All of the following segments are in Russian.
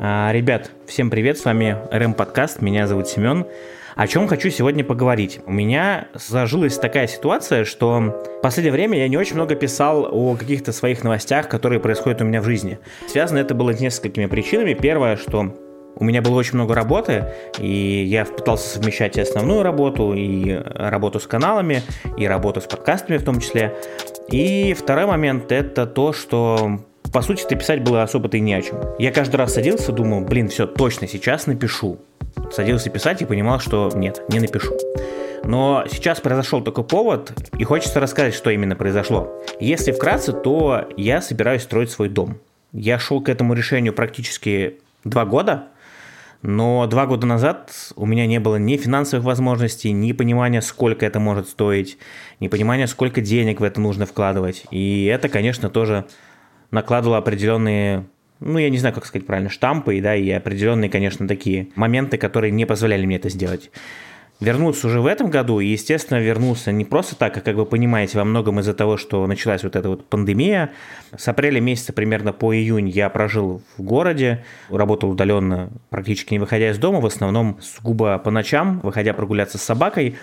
Ребят, всем привет, с вами РМ-подкаст, меня зовут Семен. О чем хочу сегодня поговорить? У меня сложилась такая ситуация, что в последнее время я не очень много писал о каких-то своих новостях, которые происходят у меня в жизни. Связано это было с несколькими причинами. Первое, что у меня было очень много работы, и я пытался совмещать и основную работу, и работу с каналами, и работу с подкастами в том числе. И второй момент – это то, что, по сути-то, писать было особо-то и не о чем. Я каждый раз садился, думал, все, точно, сейчас напишу. Садился писать и понимал, что нет, не напишу. Но сейчас произошел такой повод, и хочется рассказать, что именно произошло. Если вкратце, то я собираюсь строить свой дом. Я шел к этому решению практически 2 года, но 2 года назад у меня не было ни финансовых возможностей, ни понимания, сколько это может стоить, ни понимания, сколько денег в это нужно вкладывать. И это, конечно, тоже накладывало определенные, я не знаю, как сказать правильно, штампы, да, и определенные, конечно, такие моменты, которые не позволяли мне это сделать. Вернулся уже в этом году, и, естественно, вернулся не просто так, а, как вы понимаете, во многом из-за того, что началась вот эта вот пандемия. С апреля месяца примерно по июнь я прожил в городе, работал удаленно, практически не выходя из дома, в основном сугубо по ночам, выходя прогуляться с собакой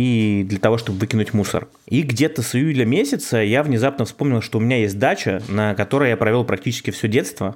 и для того, чтобы выкинуть мусор. И где-то с июля месяца я внезапно вспомнил, что у меня есть дача, на которой я провел практически все детство,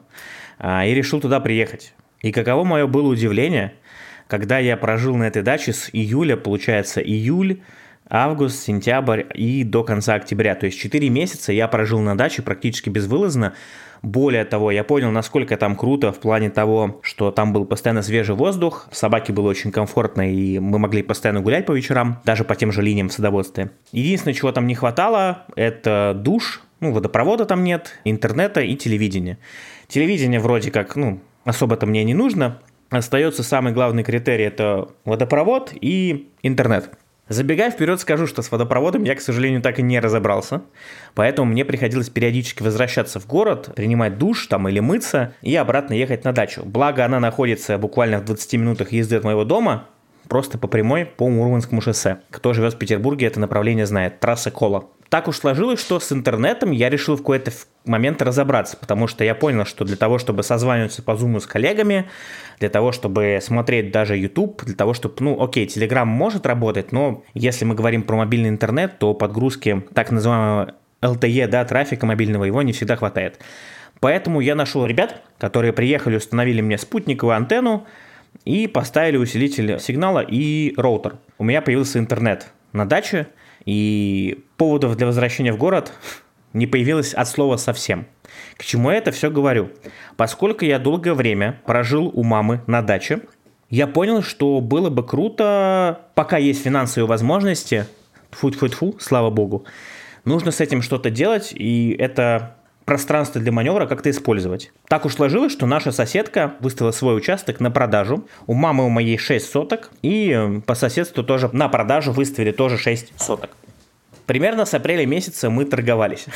и решил туда приехать. И каково мое было удивление, когда я прожил на этой даче с июля, получается, июль, август, сентябрь и до конца октября. То есть 4 месяца я прожил на даче практически безвылазно. Более того, я понял, насколько там круто в плане того, что там был постоянно свежий воздух, собаке было очень комфортно, и мы могли постоянно гулять по вечерам, даже по тем же линиям в садоводстве. Единственное, чего там не хватало, это душ, водопровода там нет, интернета и телевидения. Телевидение вроде как, особо-то мне не нужно. Остается самый главный критерий – это водопровод и интернет. Забегая вперед, скажу, что с водопроводом я, к сожалению, так и не разобрался, поэтому мне приходилось периодически возвращаться в город, принимать душ там или мыться и обратно ехать на дачу. Благо, она находится буквально в 20 минутах езды от моего дома, просто по прямой по Мурманскому шоссе. Кто живет в Петербурге, это направление знает, трасса Кола. Так уж сложилось, что с интернетом я решил в какой-то момент разобраться, потому что я понял, что для того, чтобы созваниваться по Zoom с коллегами, для того, чтобы смотреть даже YouTube, для того, чтобы, Telegram может работать, но если мы говорим про мобильный интернет, то подгрузки так называемого LTE, трафика мобильного, его не всегда хватает. Поэтому я нашел ребят, которые приехали, установили мне спутниковую антенну и поставили усилитель сигнала и роутер. У меня появился интернет на даче, и поводов для возвращения в город не появилось от слова совсем. К чему я это все говорю? Поскольку я долгое время прожил у мамы на даче, я понял, что было бы круто, пока есть финансовые возможности, тьфу-тьфу-тьфу, слава богу, нужно с этим что-то делать, и это пространство для маневра как-то использовать. Так уж сложилось, что наша соседка выставила свой участок на продажу. У мамы у моей 6 соток, и по соседству тоже на продажу выставили тоже 6 соток. Примерно с апреля месяца мы торговались.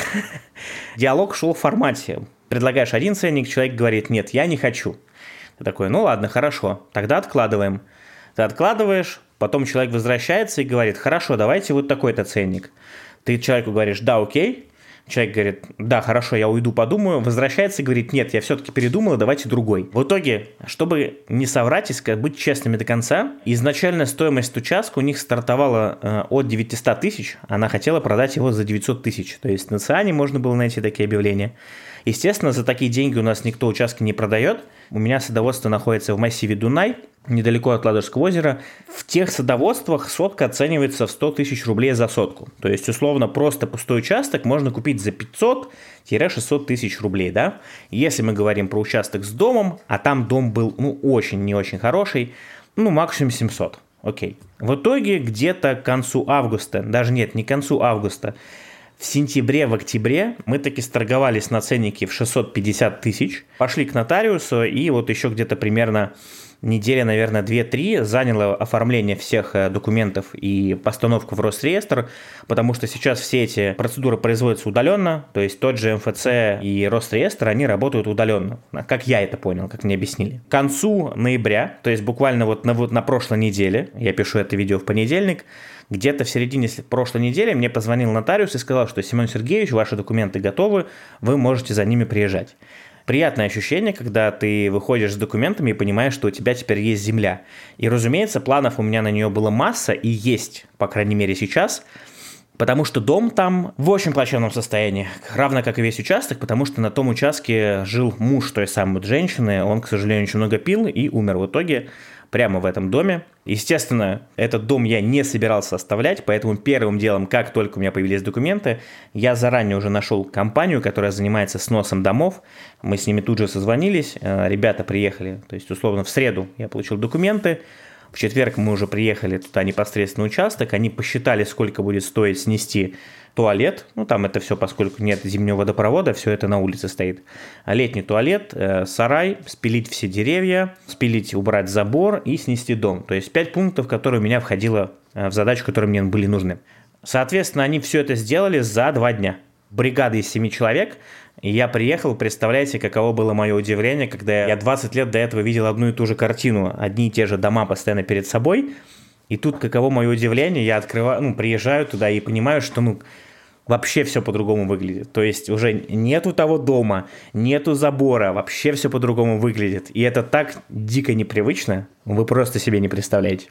Диалог шел в формате. Предлагаешь один ценник, человек говорит, нет, я не хочу. Ты такой, ладно, хорошо, тогда откладываем. Ты откладываешь, потом человек возвращается и говорит, хорошо, давайте вот такой-то ценник. Ты человеку говоришь, да, окей. Человек говорит, да, хорошо, я уйду, подумаю, возвращается и говорит, нет, я все-таки передумал, давайте другой. В итоге, чтобы не соврать и быть честными до конца, изначально стоимость участка у них стартовала от 900 тысяч, она хотела продать его за 900 тысяч. То есть на Циане можно было найти такие объявления. Естественно, за такие деньги у нас никто участки не продает. У меня садоводство находится в массиве Дунай, недалеко от Ладожского озера. В тех садоводствах сотка оценивается в 100 тысяч рублей за сотку. То есть, условно, просто пустой участок можно купить за 500-600 тысяч рублей, да? Если мы говорим про участок с домом, а там дом был, очень не очень хороший, максимум 700. Окей. В итоге где-то к концу августа, даже нет, не к концу августа, в сентябре, в октябре мы таки сторговались на ценнике в 650 тысяч, пошли к нотариусу, и вот еще где-то примерно неделя, наверное, 2-3 заняло оформление всех документов и постановку в Росреестр, потому что сейчас все эти процедуры производятся удаленно, то есть тот же МФЦ и Росреестр, они работают удаленно, как я это понял, как мне объяснили. К концу ноября, то есть буквально на прошлой неделе, я пишу это видео в понедельник, где-то в середине прошлой недели мне позвонил нотариус и сказал, что Семен Сергеевич, ваши документы готовы, вы можете за ними приезжать. приятное ощущение, когда ты выходишь с документами и понимаешь, что у тебя теперь есть земля. И, разумеется, планов у меня на нее было масса и есть, по крайней мере, сейчас, потому что дом там в очень плачевном состоянии, равно как и весь участок, потому что на том участке жил муж той самой женщины, он, к сожалению, очень много пил и умер в итоге прямо в этом доме. Естественно, этот дом я не собирался оставлять, поэтому первым делом, как только у меня появились документы, я заранее уже нашел компанию, которая занимается сносом домов, мы с ними тут же созвонились, ребята приехали, то есть условно в среду я получил документы, в четверг мы уже приехали туда непосредственно на участок, они посчитали, сколько будет стоить снести туалет, там это все, поскольку нет зимнего водопровода, все это на улице стоит. Летний туалет, сарай, спилить все деревья, убрать забор и снести дом. То есть 5 пунктов, которые у меня входило в задачу, которые мне были нужны. Соответственно, они все это сделали за 2 дня. Бригада из 7 человек, и я приехал, представляете, каково было мое удивление, когда я 20 лет до этого видел одну и ту же картину, одни и те же дома постоянно перед собой, и тут каково мое удивление, я приезжаю туда и понимаю, что вообще все по-другому выглядит. То есть уже нету того дома, нету забора, вообще все по-другому выглядит. И это так дико непривычно, вы просто себе не представляете.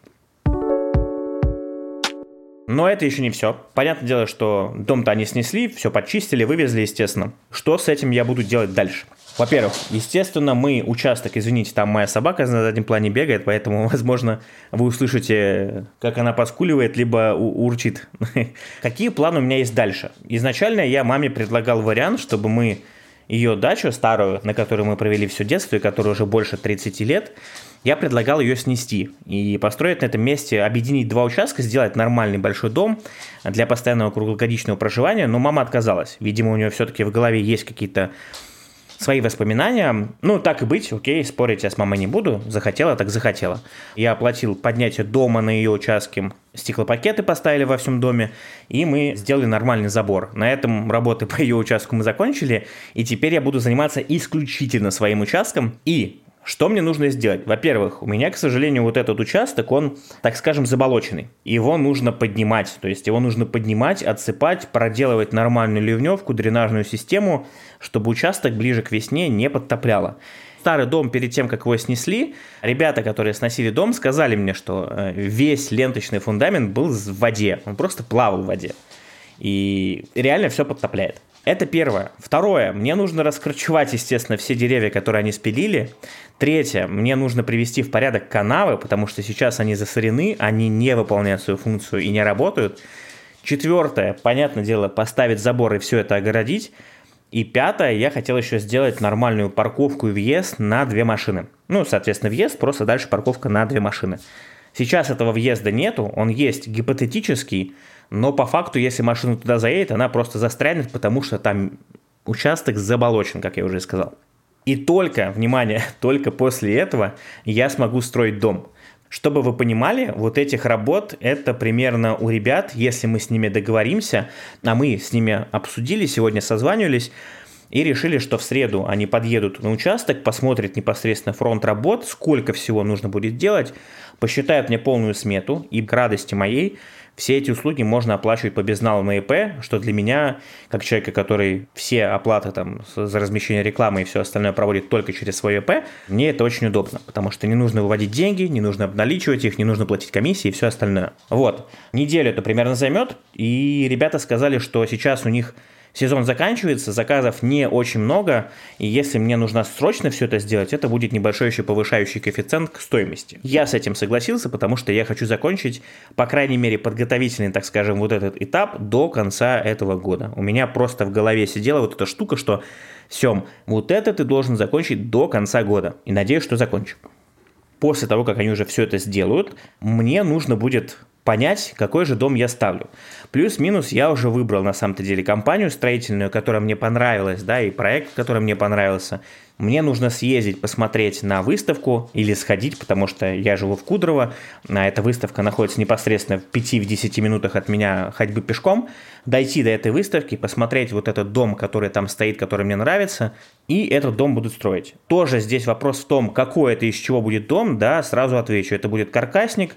Но это еще не все. Понятное дело, что дом-то они снесли, все почистили, вывезли, естественно. Что с этим я буду делать дальше? Во-первых, естественно, участок, извините, там моя собака на заднем плане бегает, поэтому, возможно, вы услышите, как она поскуливает, либо урчит. Какие планы у меня есть дальше? Изначально я маме предлагал вариант, чтобы мы ее дачу старую, на которой мы провели все детство, и которой уже больше 30 лет, я предлагал ее снести и построить на этом месте, объединить 2 участка, сделать нормальный большой дом для постоянного круглогодичного проживания, но мама отказалась. Видимо, у нее все-таки в голове есть какие-то свои воспоминания. Так и быть, окей, спорить я с мамой не буду, захотела, так захотела. Я оплатил поднятие дома на ее участке, стеклопакеты поставили во всем доме, и мы сделали нормальный забор. На этом работы по ее участку мы закончили, и теперь я буду заниматься исключительно своим участком. И что мне нужно сделать? Во-первых, у меня, к сожалению, вот этот участок, он, так скажем, заболоченный. Его нужно поднимать, отсыпать, проделывать нормальную ливневку, дренажную систему, чтобы участок ближе к весне не подтопляло. Старый дом, перед тем, как его снесли, ребята, которые сносили дом, сказали мне, что весь ленточный фундамент был в воде, он просто плавал в воде. И реально все подтопляет. Это первое. Второе. Мне нужно раскорчевать, естественно, все деревья, которые они спилили. Третье. Мне нужно привести в порядок канавы, потому что сейчас они засорены, они не выполняют свою функцию и не работают. Четвертое. Понятное дело, поставить забор и все это огородить. И пятое. Я хотел еще сделать нормальную парковку и въезд на 2 машины. Соответственно, въезд, просто дальше парковка на 2 машины. Сейчас этого въезда нету, он есть гипотетический, но по факту, если машина туда заедет, она просто застрянет, потому что там участок заболочен, как я уже сказал. И только, внимание, только после этого я смогу строить дом. Чтобы вы понимали, вот этих работ это примерно у ребят, если мы с ними договоримся, а мы с ними обсудили, сегодня созванивались, и решили, что в среду они подъедут на участок, посмотрят непосредственно фронт работ, сколько всего нужно будет делать, посчитают мне полную смету, и к радости моей все эти услуги можно оплачивать по безналу на ИП, что для меня, как человека, который все оплаты за размещение рекламы и все остальное проводит только через свое ИП, мне это очень удобно, потому что не нужно выводить деньги, не нужно обналичивать их, не нужно платить комиссии и все остальное. Неделю это примерно займет, и ребята сказали, что сейчас у них сезон заканчивается, заказов не очень много, и если мне нужно срочно все это сделать, это будет небольшой еще повышающий коэффициент к стоимости. Я с этим согласился, потому что я хочу закончить, по крайней мере, подготовительный, так скажем, вот этот этап до конца этого года. У меня просто в голове сидела вот эта штука, что Сем, вот это ты должен закончить до конца года, и надеюсь, что закончу. После того, как они уже все это сделают, мне нужно будет понять, какой же дом я ставлю. Плюс-минус я уже выбрал на самом-то деле компанию строительную, которая мне понравилась, и проект, который мне понравился. Мне нужно съездить, посмотреть на выставку или сходить, потому что я живу в Кудрово, эта выставка находится непосредственно в 5-10 минутах от меня ходьбы пешком, дойти до этой выставки, посмотреть вот этот дом, который там стоит, который мне нравится, и этот дом будут строить. Тоже здесь вопрос в том, какой это из чего будет дом, сразу отвечу. Это будет каркасник,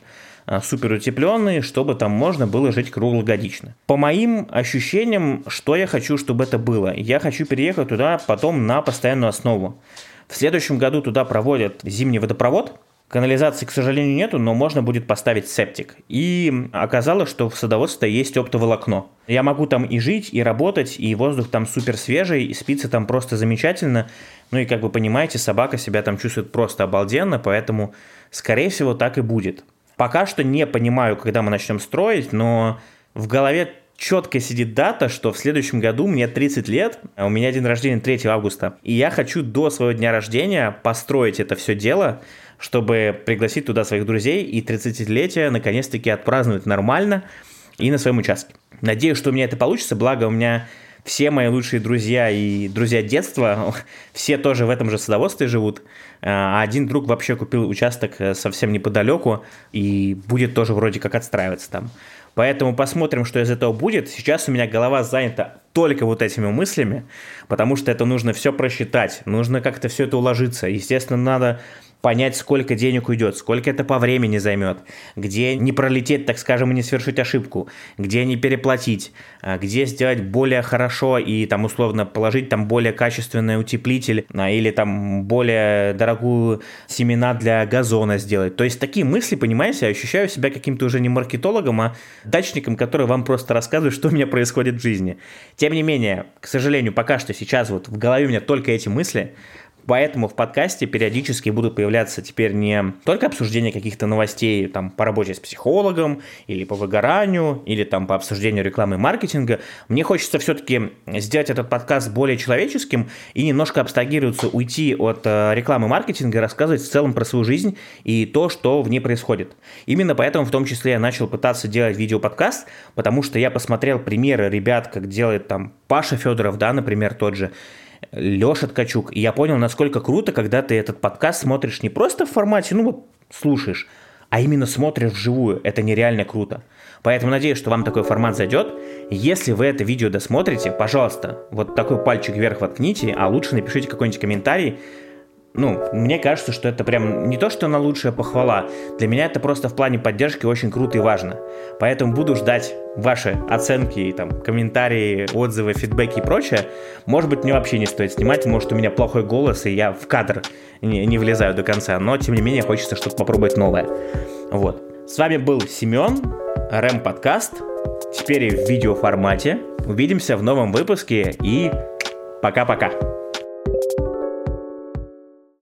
супер утепленные, чтобы там можно было жить круглогодично. По моим ощущениям, что я хочу, чтобы это было? Я хочу переехать туда потом на постоянную основу. В следующем году туда проводят зимний водопровод. Канализации, к сожалению, нету, но можно будет поставить септик. И оказалось, что в садоводстве есть оптоволокно. Я могу там и жить, и работать, и воздух там супер свежий, и спится там просто замечательно. Ну и, как вы понимаете, собака себя там чувствует просто обалденно, поэтому, скорее всего, так и будет. Пока что не понимаю, когда мы начнем строить, но в голове четко сидит дата, что в следующем году мне 30 лет, а у меня день рождения 3 августа, и я хочу до своего дня рождения построить это все дело, чтобы пригласить туда своих друзей и 30-летие наконец-таки отпраздновать нормально и на своем участке. Надеюсь, что у меня это получится, благо у меня все мои лучшие друзья и друзья детства, все тоже в этом же садоводстве живут. Один друг вообще купил участок совсем неподалеку и будет тоже вроде как отстраиваться там. Поэтому посмотрим, что из этого будет. Сейчас у меня голова занята только вот этими мыслями, потому что это нужно все просчитать, нужно как-то все это уложиться. Естественно, надо понять, сколько денег уйдет, сколько это по времени займет, где не пролететь, так скажем, и не совершить ошибку, где не переплатить, где сделать более хорошо и там условно положить там более качественный утеплитель или там более дорогую семена для газона сделать. То есть такие мысли, понимаете, я ощущаю себя каким-то уже не маркетологом, а дачником, который вам просто рассказывает, что у меня происходит в жизни. Тем не менее, к сожалению, пока что сейчас вот в голове у меня только эти мысли. Поэтому в подкасте периодически будут появляться теперь не только обсуждения каких-то новостей там, по работе с психологом, или по выгоранию, или там, по обсуждению рекламы и маркетинга. Мне хочется все-таки сделать этот подкаст более человеческим и немножко абстрагироваться, уйти от рекламы и маркетинга и рассказывать в целом про свою жизнь и то, что в ней происходит. Именно поэтому в том числе я начал пытаться делать видеоподкаст, потому что я посмотрел примеры ребят, как делает там Паша Федоров, да, например, тот же, Леша Ткачук, и я понял, насколько круто, когда ты этот подкаст смотришь не просто в формате, ну вот, слушаешь, а именно смотришь вживую. Это нереально круто. Поэтому надеюсь, что вам такой формат зайдет. Если вы это видео досмотрите, пожалуйста, вот такой пальчик вверх воткните, а лучше напишите какой-нибудь комментарий. Ну, мне кажется, что это прям не то, что на лучшая похвала. Для меня это просто в плане поддержки очень круто и важно. Поэтому буду ждать ваши оценки, там, комментарии, отзывы, фидбэки и прочее. Может быть, мне вообще не стоит снимать, может, у меня плохой голос, и я в кадр не влезаю до конца. Но, тем не менее, хочется что-то попробовать новое. Вот. С вами был Семен, РЭМ подкаст. Теперь в видеоформате. Увидимся в новом выпуске и пока-пока.